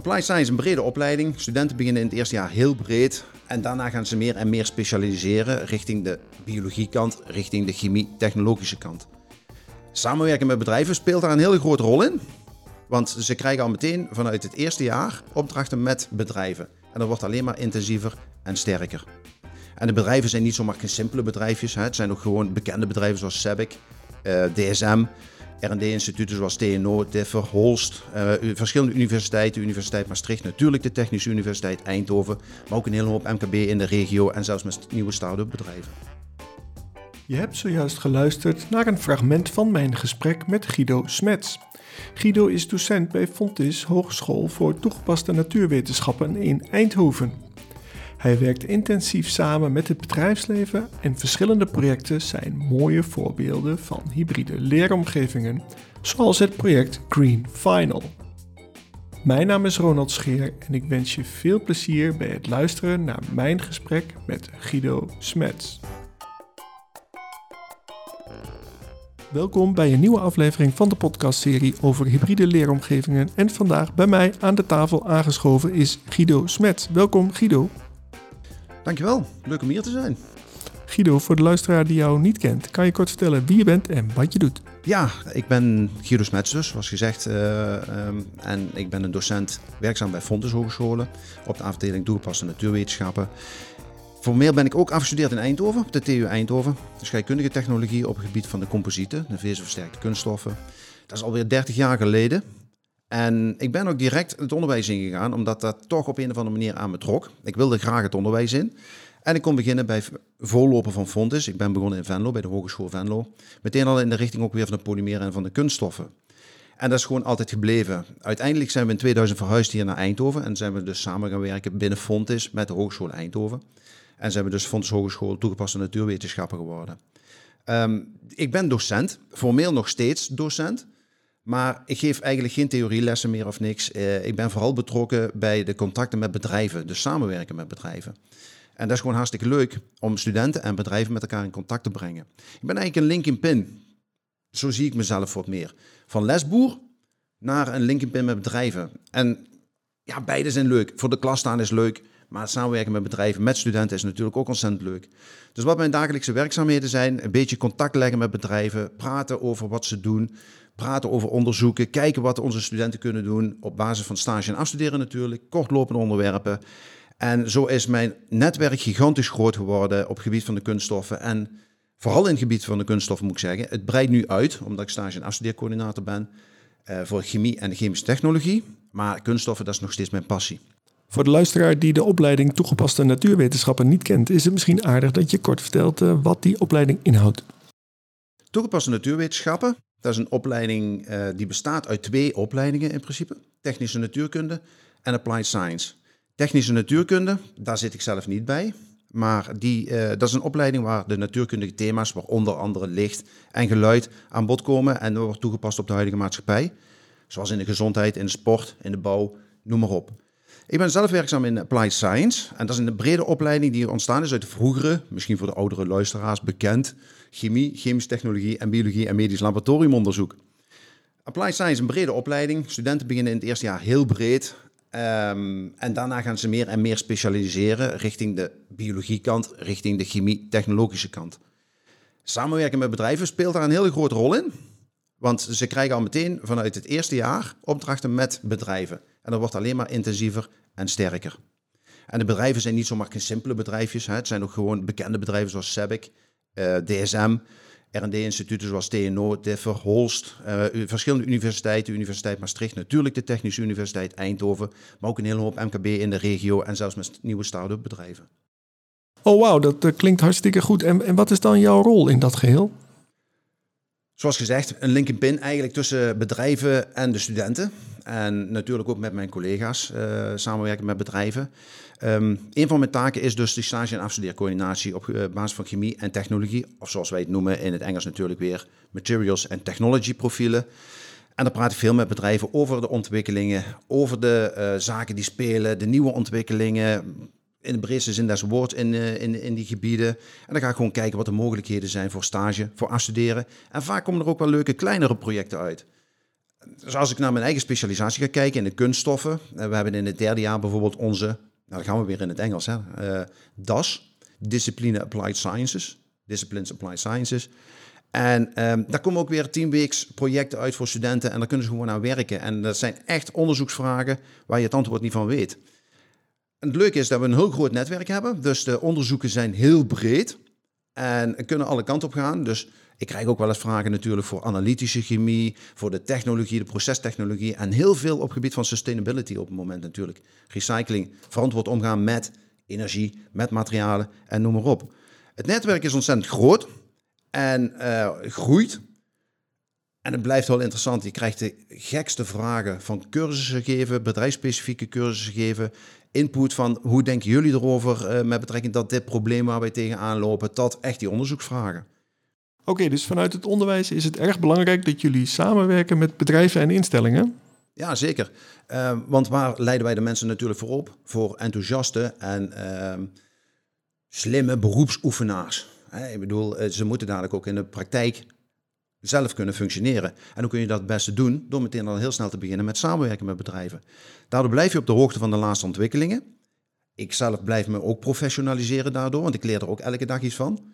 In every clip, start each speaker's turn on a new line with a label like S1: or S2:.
S1: Applied Science is een brede opleiding. Studenten beginnen in het eerste jaar heel breed. En daarna gaan ze meer en meer specialiseren richting de biologiekant, richting de chemie-technologische kant. Samenwerken met bedrijven speelt daar een hele grote rol in. Want ze krijgen al meteen vanuit het eerste jaar opdrachten met bedrijven. En dat wordt alleen maar intensiever en sterker. En de bedrijven zijn niet zomaar geen simpele bedrijfjes. Het zijn ook gewoon bekende bedrijven zoals SABIC, DSM, R&D-instituten zoals TNO, Differ, Holst, verschillende universiteiten, Universiteit Maastricht, natuurlijk de Technische Universiteit Eindhoven, maar ook een hele hoop MKB in de regio en zelfs met nieuwe start-up bedrijven.
S2: Je hebt zojuist geluisterd naar een fragment van mijn gesprek met Guido Smets. Guido is docent bij Fontys Hogeschool voor Toegepaste Natuurwetenschappen in Eindhoven. Hij werkt intensief samen met het bedrijfsleven en verschillende projecten zijn mooie voorbeelden van hybride leeromgevingen, zoals het project Green Final. Mijn naam is Ronald Scheer en ik wens je veel plezier bij het luisteren naar mijn gesprek met Guido Smets. Welkom bij een nieuwe aflevering van de podcastserie over hybride leeromgevingen en vandaag bij mij aan de tafel aangeschoven is Guido Smets. Welkom Guido.
S1: Dankjewel, leuk om hier te zijn.
S2: Guido, voor de luisteraar die jou niet kent, kan je kort vertellen wie je bent en wat je doet?
S1: Ja, ik ben Guido Smets dus, zoals gezegd. En ik ben een docent werkzaam bij Fontys Hogescholen op de afdeling Toegepaste Natuurwetenschappen. Formeel ben ik ook afgestudeerd in Eindhoven, op de TU Eindhoven. Dus scheikundige technologie op het gebied van de composieten, de vezelversterkte kunststoffen. Dat is alweer 30 jaar geleden. En ik ben ook direct het onderwijs ingegaan, omdat dat toch op een of andere manier aan me trok. Ik wilde graag het onderwijs in. En ik kon beginnen bij voorloper van Fontys. Ik ben begonnen in Venlo, bij de Hogeschool Venlo. Meteen al in de richting ook weer van de polymeren en van de kunststoffen. En dat is gewoon altijd gebleven. Uiteindelijk zijn we in 2000 verhuisd hier naar Eindhoven. En zijn we dus samen gaan werken binnen Fontys met de Hogeschool Eindhoven. En zijn we dus Fontys Hogeschool Toegepaste Natuurwetenschappen geworden. Ik ben docent, formeel nog steeds docent. Maar ik geef eigenlijk geen theorielessen meer of niks. Ik ben vooral betrokken bij de contacten met bedrijven, dus samenwerken met bedrijven. En dat is gewoon hartstikke leuk om studenten en bedrijven met elkaar in contact te brengen. Ik ben eigenlijk een link in pin. Zo zie ik mezelf wat meer. Van lesboer naar een link in pin met bedrijven. En ja, beide zijn leuk. Voor de klas staan is leuk. Maar het samenwerken met bedrijven, met studenten is natuurlijk ook ontzettend leuk. Dus wat mijn dagelijkse werkzaamheden zijn, een beetje contact leggen met bedrijven, praten over wat ze doen, praten over onderzoeken, kijken wat onze studenten kunnen doen op basis van stage en afstuderen natuurlijk, kortlopende onderwerpen. En zo is mijn netwerk gigantisch groot geworden op het gebied van de kunststoffen en vooral in het gebied van de kunststoffen moet ik zeggen. Het breidt nu uit, omdat ik stage en afstudeercoördinator ben voor chemie en de chemische technologie. Maar kunststoffen, dat is nog steeds mijn passie.
S2: Voor de luisteraar die de opleiding Toegepaste Natuurwetenschappen niet kent, is het misschien aardig dat je kort vertelt wat die opleiding inhoudt.
S1: Toegepaste Natuurwetenschappen, dat is een opleiding die bestaat uit 2 opleidingen in principe. Technische natuurkunde en Applied Science. Technische natuurkunde, daar zit ik zelf niet bij. Maar dat is een opleiding waar de natuurkundige thema's, waaronder andere licht en geluid, aan bod komen. En dat wordt toegepast op de huidige maatschappij. Zoals in de gezondheid, in de sport, in de bouw, noem maar op. Ik ben zelf werkzaam in Applied Science. En dat is een brede opleiding die ontstaan is uit de vroegere, misschien voor de oudere luisteraars bekend, chemie, chemische technologie en biologie en medisch laboratoriumonderzoek. Applied Science is een brede opleiding. Studenten beginnen in het eerste jaar heel breed. En daarna gaan ze meer en meer specialiseren richting de biologiekant, richting de chemie-technologische kant. Samenwerken met bedrijven speelt daar een hele grote rol in. Want ze krijgen al meteen vanuit het eerste jaar opdrachten met bedrijven. En dat wordt alleen maar intensiever en sterker. En de bedrijven zijn niet zomaar geen simpele bedrijfjes. Het zijn ook gewoon bekende bedrijven zoals SABIC, DSM, R&D-instituten zoals TNO, Differ, Holst, verschillende universiteiten, Universiteit Maastricht, natuurlijk de Technische Universiteit Eindhoven, maar ook een hele hoop MKB in de regio en zelfs met nieuwe start-up bedrijven.
S2: Oh wauw, dat klinkt hartstikke goed. En wat is dan jouw rol in dat geheel?
S1: Zoals gezegd, een link in pin eigenlijk tussen bedrijven en de studenten. En natuurlijk ook met mijn collega's samenwerken met bedrijven. Een van mijn taken is dus de stage- en afstudeercoördinatie op basis van chemie en technologie. Of zoals wij het noemen in het Engels natuurlijk weer materials en technology profielen. En dan praat ik veel met bedrijven over de ontwikkelingen, over de zaken die spelen, de nieuwe ontwikkelingen. In de breedste zin des woords in die gebieden. En dan ga ik gewoon kijken wat de mogelijkheden zijn voor stage, voor afstuderen. En vaak komen er ook wel leuke kleinere projecten uit. Dus als ik naar mijn eigen specialisatie ga kijken in de kunststoffen. We hebben in het derde jaar bijvoorbeeld onze, dan gaan we weer in het Engels, hè, DAS, Discipline Applied Sciences. Disciplines Applied Sciences. En daar komen ook weer 10-weeks projecten uit voor studenten en daar kunnen ze gewoon aan werken. En dat zijn echt onderzoeksvragen waar je het antwoord niet van weet. En het leuke is dat we een heel groot netwerk hebben, dus de onderzoeken zijn heel breed en kunnen alle kanten op gaan. Dus ik krijg ook wel eens vragen natuurlijk voor analytische chemie, voor de technologie, de procestechnologie en heel veel op het gebied van sustainability op het moment natuurlijk. Recycling, verantwoord omgaan met energie, met materialen en noem maar op. Het netwerk is ontzettend groot en groeit. En het blijft wel interessant. Je krijgt de gekste vragen van cursussen geven, bedrijfsspecifieke cursussen geven, input van hoe denken jullie erover met betrekking tot dit probleem waar wij tegenaan lopen, tot echt die onderzoeksvragen.
S2: Oké, dus vanuit het onderwijs is het erg belangrijk dat jullie samenwerken met bedrijven en instellingen? Ja,
S1: zeker. Want waar leiden wij de mensen natuurlijk voor op? Voor enthousiaste en slimme beroepsoefenaars. Ik bedoel, ze moeten dadelijk ook in de praktijk zelf kunnen functioneren. En hoe kun je dat het beste doen? Door meteen al heel snel te beginnen met samenwerken met bedrijven. Daardoor blijf je op de hoogte van de laatste ontwikkelingen. Ik zelf blijf me ook professionaliseren daardoor, want ik leer er ook elke dag iets van.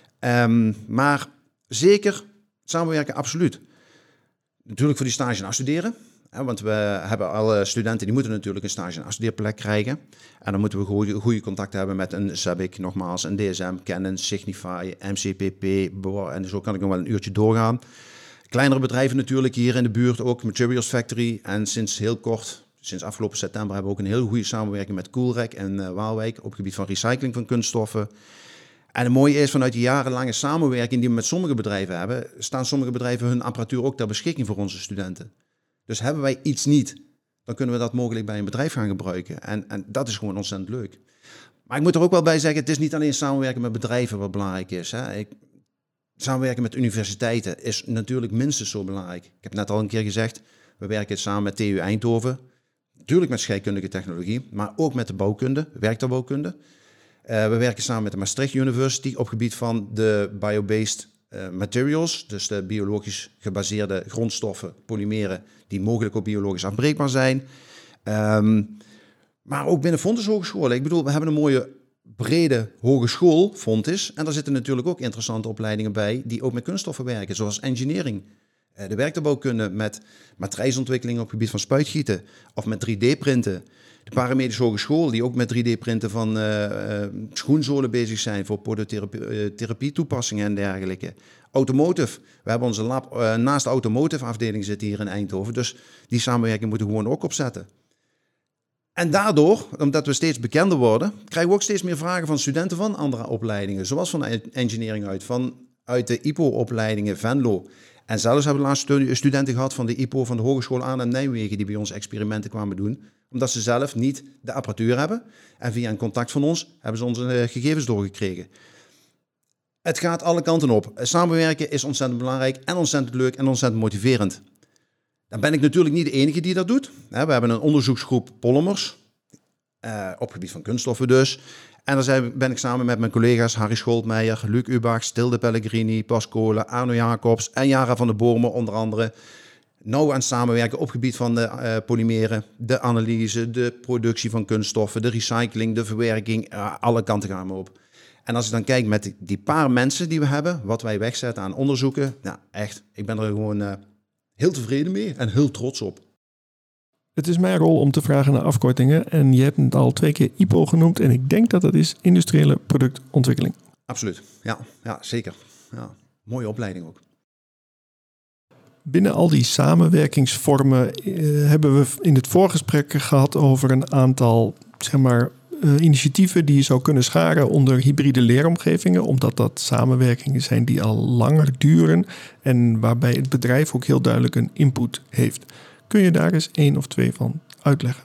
S1: Maar zeker samenwerken, absoluut. Natuurlijk voor die stage en afstuderen. Want we hebben alle studenten, die moeten natuurlijk een stage en afstudeerplek krijgen. En dan moeten we goede contacten hebben met een SABIC, nogmaals, een DSM, Canon, Signify, MCPP. En zo kan ik nog wel een uurtje doorgaan. Kleinere bedrijven natuurlijk hier in de buurt ook, Materials Factory. En sinds heel kort, sinds afgelopen september, hebben we ook een heel goede samenwerking met Coolrec en Waalwijk op het gebied van recycling van kunststoffen. En het mooie is, vanuit die jarenlange samenwerking die we met sommige bedrijven hebben, staan sommige bedrijven hun apparatuur ook ter beschikking voor onze studenten. Dus hebben wij iets niet, dan kunnen we dat mogelijk bij een bedrijf gaan gebruiken. En dat is gewoon ontzettend leuk. Maar ik moet er ook wel bij zeggen, het is niet alleen samenwerken met bedrijven wat belangrijk is. Hè. Samenwerken met universiteiten is natuurlijk minstens zo belangrijk. Ik heb net al een keer gezegd, we werken samen met TU Eindhoven. Natuurlijk met scheikundige technologie, maar ook met de bouwkunde, werktuigbouwkunde. We werken samen met de Maastricht University op gebied van de biobased materials, dus de biologisch gebaseerde grondstoffen, polymeren, die mogelijk ook biologisch afbreekbaar zijn. Maar ook binnen Fontys Hogescholen. Ik bedoel, we hebben een mooie brede hogeschool, Fontys, en daar zitten natuurlijk ook interessante opleidingen bij die ook met kunststoffen werken, zoals engineering. De werktuigbouwkunde met matrijsontwikkeling op het gebied van spuitgieten of met 3D-printen. De paramedische hogeschool die ook met 3D-printen van schoenzolen bezig zijn voor podotherapie toepassingen en dergelijke. Automotive. We hebben onze lab naast de automotive afdeling zitten hier in Eindhoven. Dus die samenwerking moeten we gewoon ook opzetten. En daardoor, omdat we steeds bekender worden, krijgen we ook steeds meer vragen van studenten van andere opleidingen. Zoals van engineering uit de IPO-opleidingen Venlo. En zelfs hebben we laatst studenten gehad van de IPO van de Hogeschool Arnhem Nijmegen die bij ons experimenten kwamen doen. Omdat ze zelf niet de apparatuur hebben. En via een contact van ons hebben ze onze gegevens doorgekregen. Het gaat alle kanten op. Samenwerken is ontzettend belangrijk en ontzettend leuk en ontzettend motiverend. Dan ben ik natuurlijk niet de enige die dat doet. We hebben een onderzoeksgroep polymers. Op het gebied van kunststoffen dus. En daar ben ik samen met mijn collega's Harry Scholtmeijer, Luc Ubach, Stilde Pellegrini, Bas Kolen, Arno Jacobs en Jara van der Bomen onder andere nauw aan het samenwerken op het gebied van de polymeren, de analyse, de productie van kunststoffen, de recycling, de verwerking, alle kanten gaan we op. En als ik dan kijk met die paar mensen die we hebben, wat wij wegzetten aan onderzoeken, nou echt, ik ben er gewoon heel tevreden mee en heel trots op.
S2: Het is mijn rol om te vragen naar afkortingen en je hebt het al 2 keer IPO genoemd en ik denk dat is industriële productontwikkeling.
S1: Absoluut, ja zeker. Ja, mooie opleiding ook.
S2: Binnen al die samenwerkingsvormen hebben we in het voorgesprek gehad over een aantal initiatieven die je zou kunnen scharen onder hybride leeromgevingen, omdat dat samenwerkingen zijn die al langer duren en waarbij het bedrijf ook heel duidelijk een input heeft. Kun je daar eens 1 of 2 van uitleggen?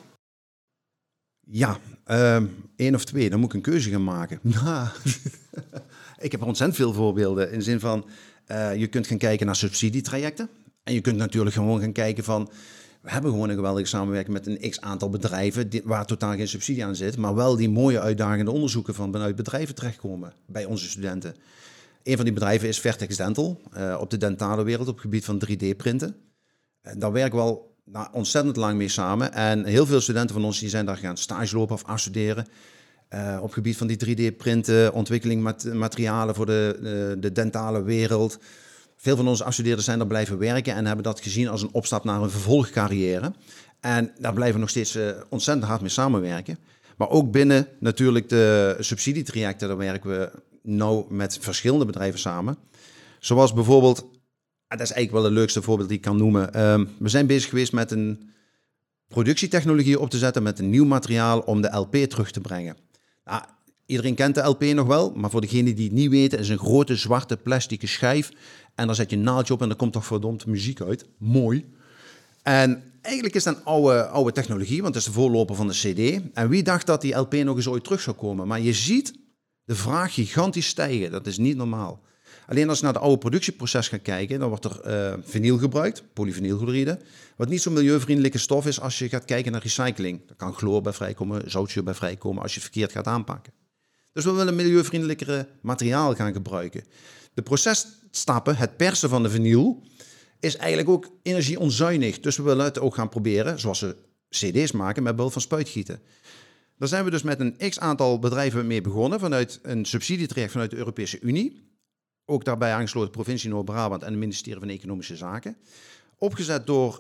S1: Ja, 1 of 2, dan moet ik een keuze gaan maken. Ik heb ontzettend veel voorbeelden in de zin van je kunt gaan kijken naar subsidietrajecten en je kunt natuurlijk gewoon gaan kijken van we hebben gewoon een geweldige samenwerking met een x-aantal bedrijven waar totaal geen subsidie aan zit, maar wel die mooie uitdagende onderzoeken van vanuit bedrijven terechtkomen bij onze studenten. Een van die bedrijven is Vertex Dental op de dentale wereld op het gebied van 3D-printen. Daar werken we al ontzettend lang mee samen. En heel veel studenten van ons die zijn daar gaan stage lopen of afstuderen. Op het gebied van die 3D-printen, ontwikkeling met materialen voor de dentale wereld. Veel van onze afstudeerders zijn er blijven werken en hebben dat gezien als een opstap naar een vervolgcarrière. En daar blijven we nog steeds ontzettend hard mee samenwerken. Maar ook binnen natuurlijk de subsidietrajecten, daar werken we nou met verschillende bedrijven samen. Zoals bijvoorbeeld, dat is eigenlijk wel het leukste voorbeeld die ik kan noemen. We zijn bezig geweest met een productietechnologie op te zetten met een nieuw materiaal om de LP terug te brengen. Nou, iedereen kent de LP nog wel, maar voor degenen die het niet weten, is een grote zwarte plastic schijf. En daar zet je een naaldje op en er komt toch verdomd muziek uit. Mooi. En eigenlijk is dat een oude technologie, want het is de voorloper van de CD. En wie dacht dat die LP nog eens ooit terug zou komen? Maar je ziet de vraag gigantisch stijgen. Dat is niet normaal. Alleen als je naar het oude productieproces gaat kijken, dan wordt er vinyl gebruikt, polyvinylchloride, wat niet zo'n milieuvriendelijke stof is als je gaat kijken naar recycling. Daar kan chloor bij vrijkomen, zoutzuur bij vrijkomen als je het verkeerd gaat aanpakken. Dus we willen milieuvriendelijkere materiaal gaan gebruiken. De processtappen, het persen van de vinyl, is eigenlijk ook energieonzuinig. Dus we willen het ook gaan proberen, zoals ze cd's maken, met behulp van spuitgieten. Daar zijn we dus met een x-aantal bedrijven mee begonnen, vanuit een subsidietraject vanuit de Europese Unie. Ook daarbij aangesloten de provincie Noord-Brabant en het ministerie van Economische Zaken. Opgezet door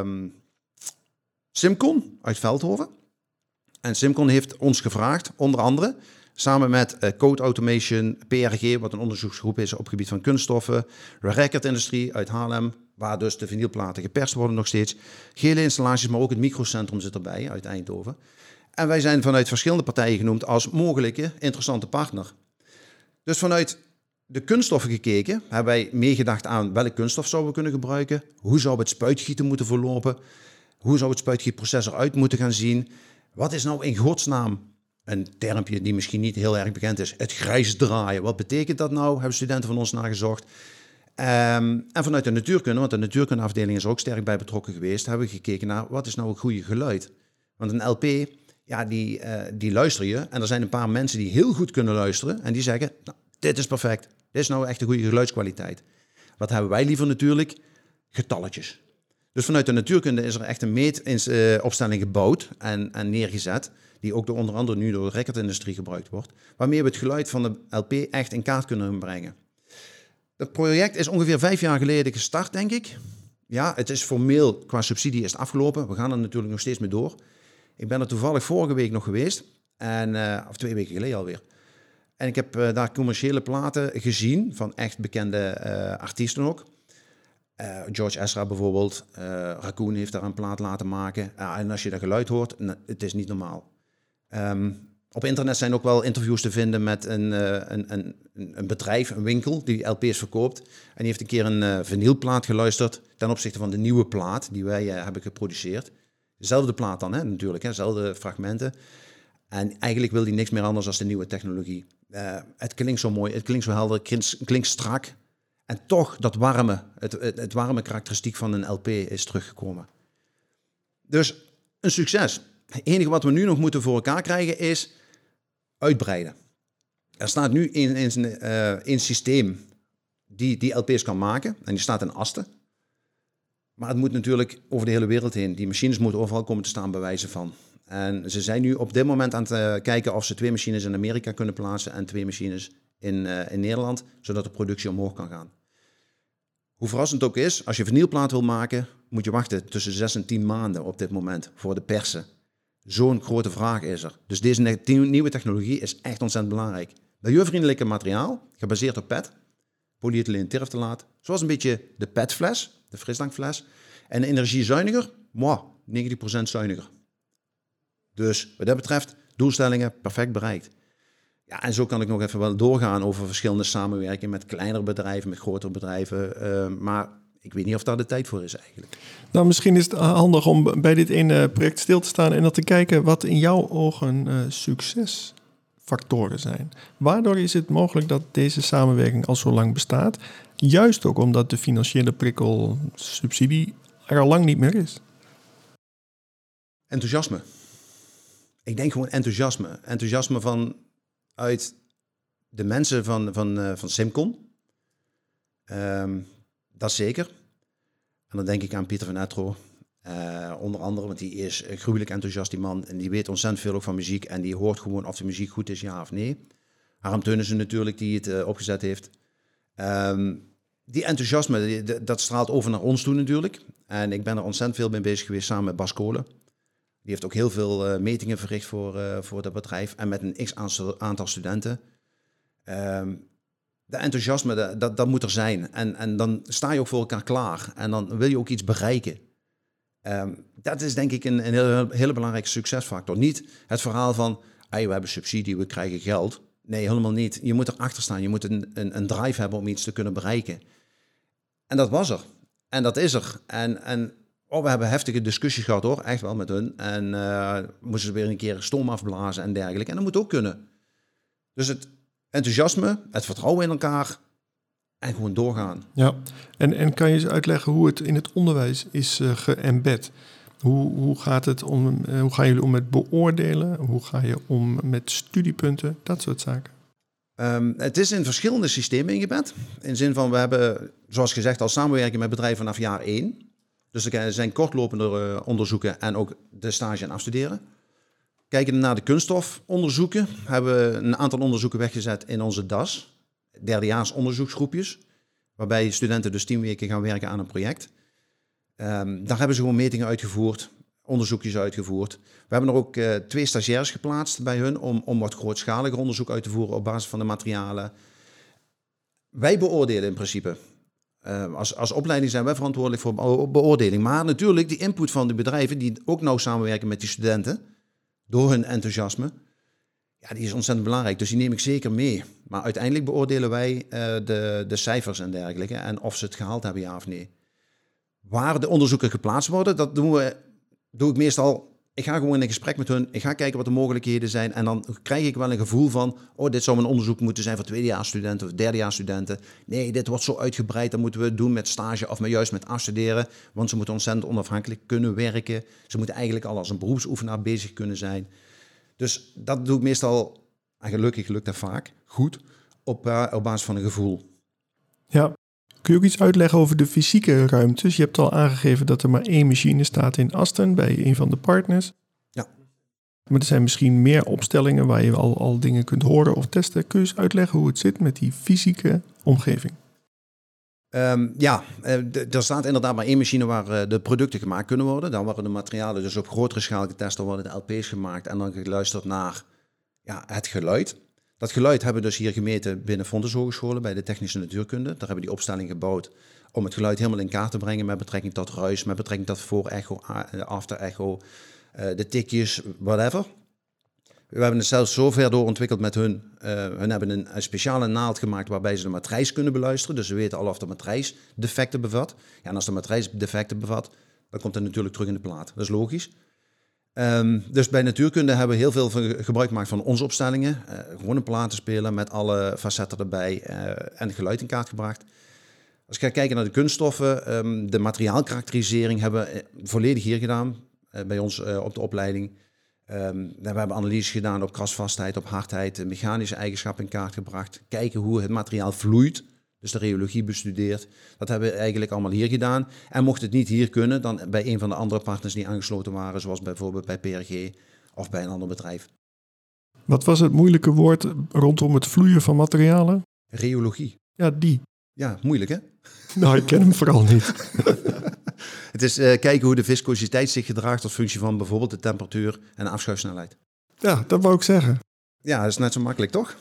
S1: Simcon uit Veldhoven. En Simcon heeft ons gevraagd, onder andere, samen met Code Automation, PRG, wat een onderzoeksgroep is op het gebied van kunststoffen, Record Industrie uit Haarlem, waar dus de vinylplaten geperst worden nog steeds. Gele installaties, maar ook het microcentrum zit erbij uit Eindhoven. En wij zijn vanuit verschillende partijen genoemd als mogelijke interessante partner. Dus vanuit de kunststoffen gekeken, hebben wij meegedacht aan welke kunststof zouden we kunnen gebruiken, hoe zou het spuitgieten moeten verlopen, hoe zou het spuitgietproces eruit moeten gaan zien, wat is nou in godsnaam, een termpje die misschien niet heel erg bekend is, het grijs draaien. Wat betekent dat nou? Hebben studenten van ons nagezocht. En vanuit de natuurkunde, want de natuurkundeafdeling is er ook sterk bij betrokken geweest, hebben we gekeken naar wat is nou een goede geluid. Want een LP, ja, die luister je en er zijn een paar mensen die heel goed kunnen luisteren en die zeggen, nou, dit is perfect. Dit is nou echt een goede geluidskwaliteit. Wat hebben wij liever natuurlijk? Getalletjes. Dus vanuit de natuurkunde is er echt een meetopstelling gebouwd en neergezet, die ook onder andere nu door de recordindustrie gebruikt wordt, waarmee we het geluid van de LP echt in kaart kunnen brengen. Het project is ongeveer 5 jaar geleden gestart, denk ik. Ja, het is formeel, qua subsidie is het afgelopen. We gaan er natuurlijk nog steeds mee door. Ik ben er toevallig vorige week nog geweest, of 2 weken geleden alweer. En ik heb daar commerciële platen gezien van echt bekende artiesten ook. George Ezra bijvoorbeeld. Raccoon heeft daar een plaat laten maken. En als je dat geluid hoort, het is niet normaal. Op internet zijn ook wel interviews te vinden met een bedrijf, een winkel, die LP's verkoopt. En die heeft een keer een vinylplaat geluisterd ten opzichte van de nieuwe plaat die wij hebben geproduceerd. Dezelfde plaat dan, hè, natuurlijk, dezelfde fragmenten. En eigenlijk wil hij niks meer anders dan de nieuwe technologie. Het klinkt zo mooi, het klinkt zo helder, het klinkt strak. En toch dat warme, het warme karakteristiek van een LP is teruggekomen. Dus een succes. Het enige wat we nu nog moeten voor elkaar krijgen is uitbreiden. Er staat nu een systeem die LP's kan maken. En die staat in Asten. Maar het moet natuurlijk over de hele wereld heen. Die machines moeten overal komen te staan bij wijze van. En ze zijn nu op dit moment aan het kijken of ze 2 machines in Amerika kunnen plaatsen en 2 machines in Nederland, zodat de productie omhoog kan gaan. Hoe verrassend ook is, als je vinylplaat wil maken, moet je wachten tussen 6 en 10 maanden op dit moment voor de persen. Zo'n grote vraag is er. Dus deze nieuwe technologie is echt ontzettend belangrijk. Milieuvriendelijke materiaal, gebaseerd op PET, polyethyleen terftalaat, zoals een beetje de PET-fles, de frisdrankfles. En energiezuiniger, 90% zuiniger. Dus wat dat betreft, doelstellingen perfect bereikt. Ja, en zo kan ik nog even wel doorgaan over verschillende samenwerkingen met kleinere bedrijven, met grotere bedrijven. Maar ik weet niet of daar de tijd voor is eigenlijk.
S2: Nou, misschien is het handig om bij dit ene project stil te staan en dan te kijken wat in jouw ogen succesfactoren zijn. Waardoor is het mogelijk dat deze samenwerking al zo lang bestaat? Juist ook omdat de financiële prikkel, subsidie, er al lang niet meer is.
S1: Enthousiasme. Ik denk gewoon enthousiasme. Enthousiasme vanuit de mensen van Simcon. Dat zeker. En dan denk ik aan Pieter van Ettero, onder andere, want die is gruwelijk enthousiast, die man. En die weet ontzettend veel ook van muziek. En die hoort gewoon of de muziek goed is, ja of nee. Harm Teunissen natuurlijk, die het opgezet heeft. Die enthousiasme, dat straalt over naar ons toe natuurlijk. En ik ben er ontzettend veel mee bezig geweest samen met Bas Kolen. Die heeft ook heel veel metingen verricht voor dat bedrijf. En met een x-aantal studenten. De enthousiasme, dat moet er zijn. En dan sta je ook voor elkaar klaar. En dan wil je ook iets bereiken. Dat is denk ik een hele belangrijke succesfactor. Niet het verhaal van, we hebben subsidie, we krijgen geld. Nee, helemaal niet. Je moet erachter staan. Je moet een drive hebben om iets te kunnen bereiken. En dat was er. En dat is er. En we hebben heftige discussies gehad hoor, echt wel met hun. En moesten ze weer een keer stoom afblazen en dergelijke. En dat moet ook kunnen. Dus het enthousiasme, het vertrouwen in elkaar en gewoon doorgaan.
S2: Ja, en kan je eens uitleggen hoe het in het onderwijs is geëmbed? Hoe gaat het hoe gaan jullie om met beoordelen? Hoe ga je om met studiepunten? Dat soort zaken.
S1: Het is in verschillende systemen ingebed. In de zin van, we hebben, zoals gezegd, al samenwerking met bedrijven vanaf jaar 1. Dus er zijn kortlopende onderzoeken en ook de stage en afstuderen. Kijken naar de kunststofonderzoeken, hebben we een aantal onderzoeken weggezet in onze DAS, derdejaars onderzoeksgroepjes, waarbij studenten dus 10 weken gaan werken aan een project. Daar hebben ze gewoon metingen uitgevoerd, onderzoekjes uitgevoerd. We hebben er ook 2 stagiaires geplaatst bij hun om wat grootschaliger onderzoek uit te voeren op basis van de materialen. Wij beoordelen in principe. Als opleiding zijn wij verantwoordelijk voor beoordeling. Maar natuurlijk die input van de bedrijven die ook nauw samenwerken met die studenten, door hun enthousiasme, ja, die is ontzettend belangrijk. Dus die neem ik zeker mee. Maar uiteindelijk beoordelen wij de cijfers en dergelijke en of ze het gehaald hebben, ja of nee. Waar de onderzoeken geplaatst worden, dat doe ik meestal. Ik ga gewoon in gesprek met hun. Ik ga kijken wat de mogelijkheden zijn. En dan krijg ik wel een gevoel van, dit zou een onderzoek moeten zijn voor tweedejaarsstudenten of derdejaarsstudenten. Nee, dit wordt zo uitgebreid. Dat moeten we doen met stage of juist met afstuderen. Want ze moeten ontzettend onafhankelijk kunnen werken. Ze moeten eigenlijk al als een beroepsoefenaar bezig kunnen zijn. Dus dat doe ik meestal, en gelukkig lukt dat vaak, goed, op basis van een gevoel.
S2: Ja. Kun je ook iets uitleggen over de fysieke ruimtes? Je hebt al aangegeven dat er maar 1 machine staat in Asten bij een van de partners.
S1: Ja.
S2: Maar er zijn misschien meer opstellingen waar je al dingen kunt horen of testen. Kun je eens uitleggen hoe het zit met die fysieke omgeving?
S1: Er staat inderdaad maar 1 machine waar de producten gemaakt kunnen worden. Dan worden de materialen dus op grotere schaal getest, dan worden de LP's gemaakt en dan geluisterd naar het geluid. Dat geluid hebben we dus hier gemeten binnen Fontys Hogescholen bij de Technische Natuurkunde. Daar hebben we die opstelling gebouwd om het geluid helemaal in kaart te brengen met betrekking tot ruis, met betrekking tot voor-echo, after-echo, de tikjes, whatever. We hebben het zelfs zo ver doorontwikkeld met hun. Hun hebben een speciale naald gemaakt waarbij ze de matrijs kunnen beluisteren. Dus ze weten al of de matrijs defecten bevat. Ja, en als de matrijs defecten bevat, dan komt het natuurlijk terug in de plaat. Dat is logisch. Dus bij natuurkunde hebben we heel veel gebruik gemaakt van onze opstellingen. Gewoon een platenspeler met alle facetten erbij en het geluid in kaart gebracht. Als ik ga kijken naar de kunststoffen, de materiaalkarakterisering hebben we volledig hier gedaan bij ons op de opleiding. We hebben analyses gedaan op krasvastheid, op hardheid, mechanische eigenschappen in kaart gebracht. Kijken hoe het materiaal vloeit, dus de rheologie bestudeerd. Dat hebben we eigenlijk allemaal hier gedaan. En mocht het niet hier kunnen, dan bij een van de andere partners die aangesloten waren, zoals bijvoorbeeld bij PRG of bij een ander bedrijf.
S2: Wat was het moeilijke woord rondom het vloeien van materialen?
S1: Rheologie.
S2: Ja, die.
S1: Ja, moeilijk hè?
S2: Nou, ik ken hem vooral niet.
S1: Het is kijken hoe de viscositeit zich gedraagt als functie van bijvoorbeeld de temperatuur en de afschuifsnelheid.
S2: Ja, dat wou ik zeggen.
S1: Ja, dat is net zo makkelijk, toch?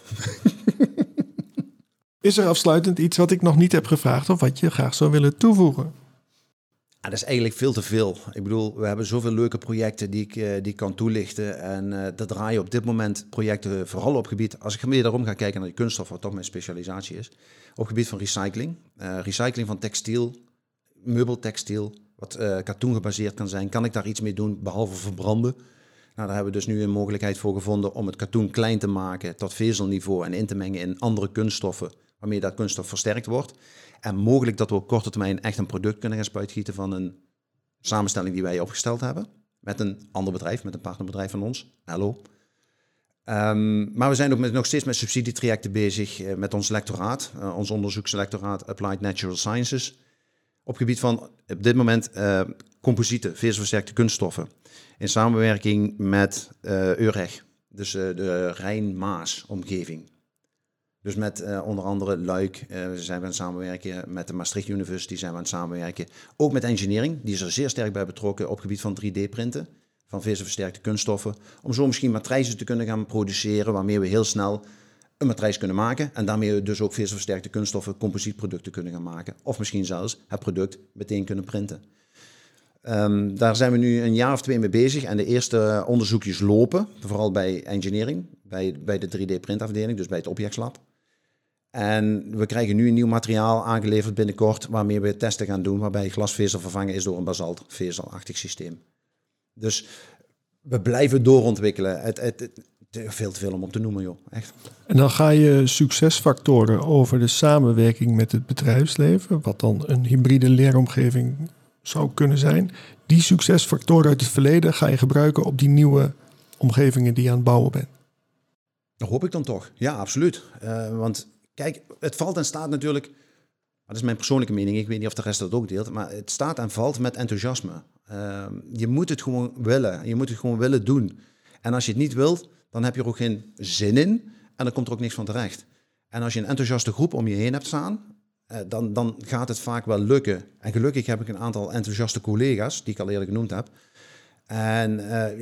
S2: Is er afsluitend iets wat ik nog niet heb gevraagd of wat je graag zou willen toevoegen?
S1: Ja, dat is eigenlijk veel te veel. Ik bedoel, we hebben zoveel leuke projecten die ik kan toelichten. En er draaien op dit moment projecten vooral op gebied, als ik weer daarom ga kijken naar die kunststof, wat toch mijn specialisatie is, op gebied van recycling. Recycling van textiel, meubeltextiel, wat katoen gebaseerd kan zijn. Kan ik daar iets mee doen, behalve verbranden? Nou, daar hebben we dus nu een mogelijkheid voor gevonden om het katoen klein te maken tot vezelniveau en in te mengen in andere kunststoffen, waarmee dat kunststof versterkt wordt. En mogelijk dat we op korte termijn echt een product kunnen gaan spuitgieten van een samenstelling die wij opgesteld hebben. Met een ander bedrijf, met een partnerbedrijf van ons, Hello. Maar we zijn ook nog steeds met subsidietrajecten bezig met ons lectoraat. Ons onderzoekslectoraat Applied Natural Sciences. op gebied van op dit moment composieten, vezelversterkte kunststoffen. In samenwerking met Eureg, dus de Rijn-Maas-omgeving. Dus met onder andere Luik zijn we aan het samenwerken, met de Maastricht University zijn we aan het samenwerken. Ook met engineering, die is er zeer sterk bij betrokken op gebied van 3D-printen, van vezelversterkte kunststoffen. Om zo misschien matrijzen te kunnen gaan produceren, waarmee we heel snel een matrijs kunnen maken. En daarmee dus ook vezelversterkte kunststoffen, composietproducten kunnen gaan maken. Of misschien zelfs het product meteen kunnen printen. Daar zijn we nu een jaar of 2 mee bezig en de eerste onderzoekjes lopen, vooral bij engineering, bij de 3D-printafdeling, dus bij het objectslab. En we krijgen nu een nieuw materiaal aangeleverd binnenkort, waarmee we testen gaan doen, waarbij glasvezel vervangen is door een basaltvezelachtig systeem. Dus we blijven doorontwikkelen. Het veel te veel om op te noemen, joh. Echt.
S2: En dan ga je succesfactoren over de samenwerking met het bedrijfsleven, wat dan een hybride leeromgeving zou kunnen zijn. Die succesfactoren uit het verleden ga je gebruiken op die nieuwe omgevingen die je aan het bouwen bent.
S1: Dat hoop ik dan toch. Ja, absoluut. Want kijk, het valt en staat natuurlijk, dat is mijn persoonlijke mening, ik weet niet of de rest dat ook deelt, maar het staat en valt met enthousiasme. Je moet het gewoon willen. Je moet het gewoon willen doen. En als je het niet wilt, dan heb je er ook geen zin in en dan komt er ook niks van terecht. En als je een enthousiaste groep om je heen hebt staan, dan gaat het vaak wel lukken. En gelukkig heb ik een aantal enthousiaste collega's, die ik al eerder genoemd heb. En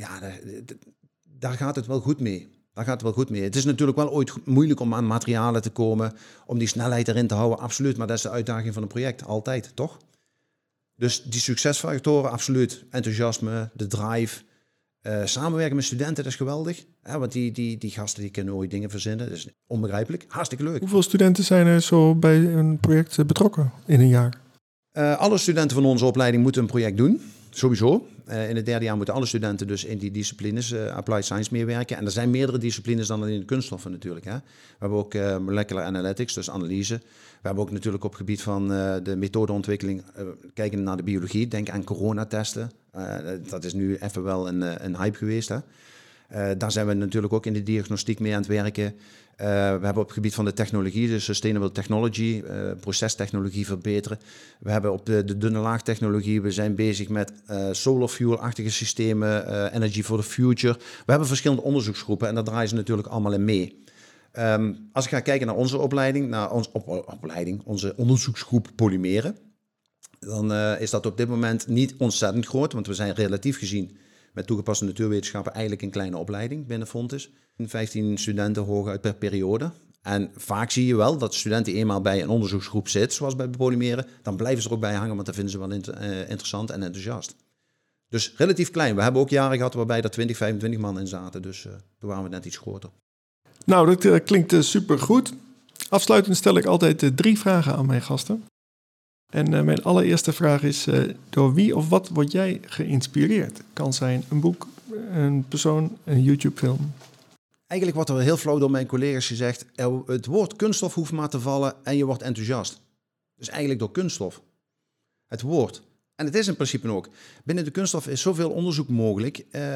S1: daar gaat het wel goed mee. Het is natuurlijk wel ooit moeilijk om aan materialen te komen, om die snelheid erin te houden, absoluut. Maar dat is de uitdaging van een project, altijd, toch? Dus die succesfactoren, absoluut. Enthousiasme, de drive. Samenwerken met studenten, dat is geweldig. Want die gasten die kunnen ooit dingen verzinnen. Dat is onbegrijpelijk. Hartstikke leuk.
S2: Hoeveel studenten zijn er zo bij een project betrokken in een jaar?
S1: Alle studenten van onze opleiding moeten een project doen. Sowieso. In het 3e jaar moeten alle studenten dus in die disciplines Applied Science meewerken. En er zijn meerdere disciplines dan in de kunststoffen natuurlijk. Hè. We hebben ook molecular analytics, dus analyse. We hebben ook natuurlijk op het gebied van de methodeontwikkeling, kijken naar de biologie. Denk aan coronatesten. Dat is nu even wel een hype geweest. Hè. Daar zijn we natuurlijk ook in de diagnostiek mee aan het werken. We hebben op het gebied van de technologie, de sustainable technology, procestechnologie verbeteren. We hebben op de dunne laagtechnologie, we zijn bezig met solar fuel-achtige systemen, energy for the future. We hebben verschillende onderzoeksgroepen en daar draaien ze natuurlijk allemaal in mee. Als ik ga kijken naar onze opleiding, naar onze onderzoeksgroep polymeren, dan is dat op dit moment niet ontzettend groot, want we zijn relatief gezien met toegepaste natuurwetenschappen eigenlijk een kleine opleiding binnen Fontis. 15 studenten hooguit per periode. En vaak zie je wel dat studenten eenmaal bij een onderzoeksgroep zitten, zoals bij polymeren, dan blijven ze er ook bij hangen, want dat vinden ze wel interessant en enthousiast. Dus relatief klein. We hebben ook jaren gehad waarbij er 20, 25 man in zaten, dus toen waren we net iets groter.
S2: Nou, dat klinkt supergoed. Afsluitend stel ik altijd 3 vragen aan mijn gasten. En mijn allereerste vraag is, door wie of wat word jij geïnspireerd? Kan zijn een boek, een persoon, een YouTube-film.
S1: Eigenlijk wordt er heel flauw door mijn collega's gezegd, het woord kunststof hoeft maar te vallen en je wordt enthousiast. Dus eigenlijk door kunststof. Het woord. En het is in principe ook. Binnen de kunststof is zoveel onderzoek mogelijk.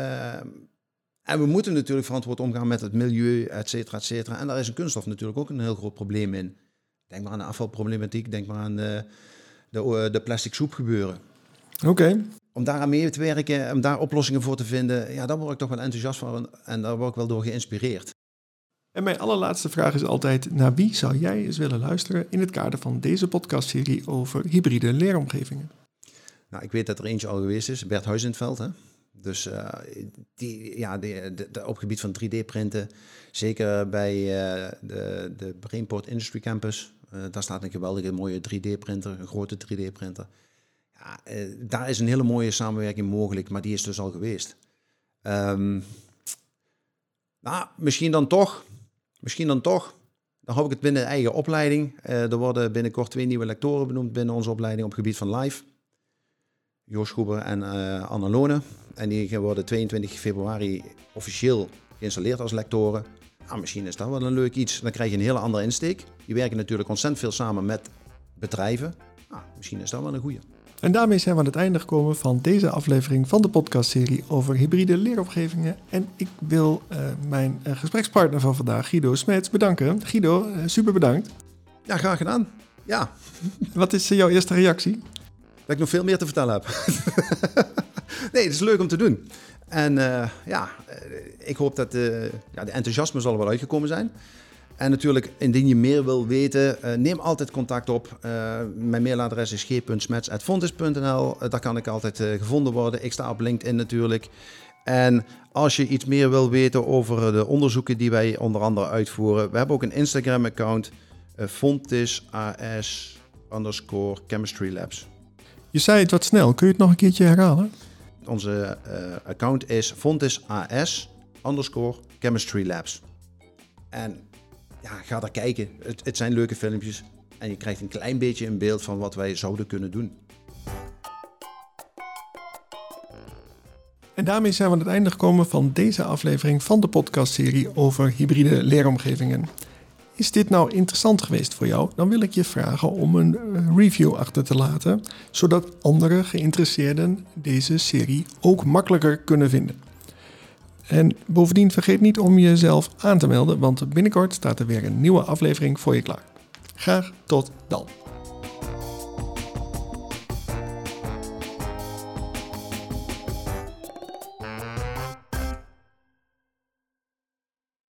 S1: En we moeten natuurlijk verantwoord omgaan met het milieu, et cetera, et cetera. En daar is een kunststof natuurlijk ook een heel groot probleem in. Denk maar aan de afvalproblematiek, denk maar aan de plastic soep gebeuren.
S2: Oké.
S1: Om daaraan mee te werken, om daar oplossingen voor te vinden, ja, daar word ik toch wel enthousiast van en daar word ik wel door geïnspireerd.
S2: En mijn allerlaatste vraag is altijd, naar wie zou jij eens willen luisteren in het kader van deze podcastserie over hybride leeromgevingen?
S1: Nou, ik weet dat er eentje al geweest is, Bert Huizenveld, hè. Dus op het gebied van 3D-printen, zeker bij de Brainport Industry Campus, daar staat een geweldige mooie 3D-printer, een grote 3D-printer. Ja, daar is een hele mooie samenwerking mogelijk, maar die is dus al geweest. Misschien dan toch, dan hou ik het binnen de eigen opleiding. Er worden binnenkort 2 nieuwe lectoren benoemd binnen onze opleiding op het gebied van live. Joost Groeber en Anna Lone. En die worden 22 februari officieel geïnstalleerd als lectoren. Nou, misschien is dat wel een leuk iets. Dan krijg je een hele andere insteek. Die werken natuurlijk ontzettend veel samen met bedrijven. Nou, misschien is dat wel een goeie.
S2: En daarmee zijn we aan het einde gekomen van deze aflevering van de podcastserie over hybride leeromgevingen. En ik wil mijn gesprekspartner van vandaag, Guido Smets, bedanken. Guido, super bedankt.
S1: Ja, graag gedaan. Ja.
S2: Wat is jouw eerste reactie?
S1: dat ik nog veel meer te vertellen heb. Nee, het is leuk om te doen. En ik hoop dat de enthousiasme zal er wel uitgekomen zijn. En natuurlijk, indien je meer wil weten, neem altijd contact op. Mijn mailadres is g.smets@fontis.nl. Daar kan ik altijd gevonden worden. Ik sta op LinkedIn natuurlijk. En als je iets meer wil weten over de onderzoeken die wij onder andere uitvoeren. We hebben ook een Instagram-account, FontisAS_Chemistry Labs.
S2: Je zei het wat snel. Kun je het nog een keertje herhalen?
S1: Onze account is FontisAS_Chemistry Labs. En ga daar kijken. Het zijn leuke filmpjes. En je krijgt een klein beetje een beeld van wat wij zouden kunnen doen.
S2: En daarmee zijn we aan het einde gekomen van deze aflevering van de podcastserie over hybride leeromgevingen. Is dit nou interessant geweest voor jou? Dan wil ik je vragen om een review achter te laten, zodat andere geïnteresseerden deze serie ook makkelijker kunnen vinden. En bovendien vergeet niet om jezelf aan te melden, want binnenkort staat er weer een nieuwe aflevering voor je klaar. Graag tot dan.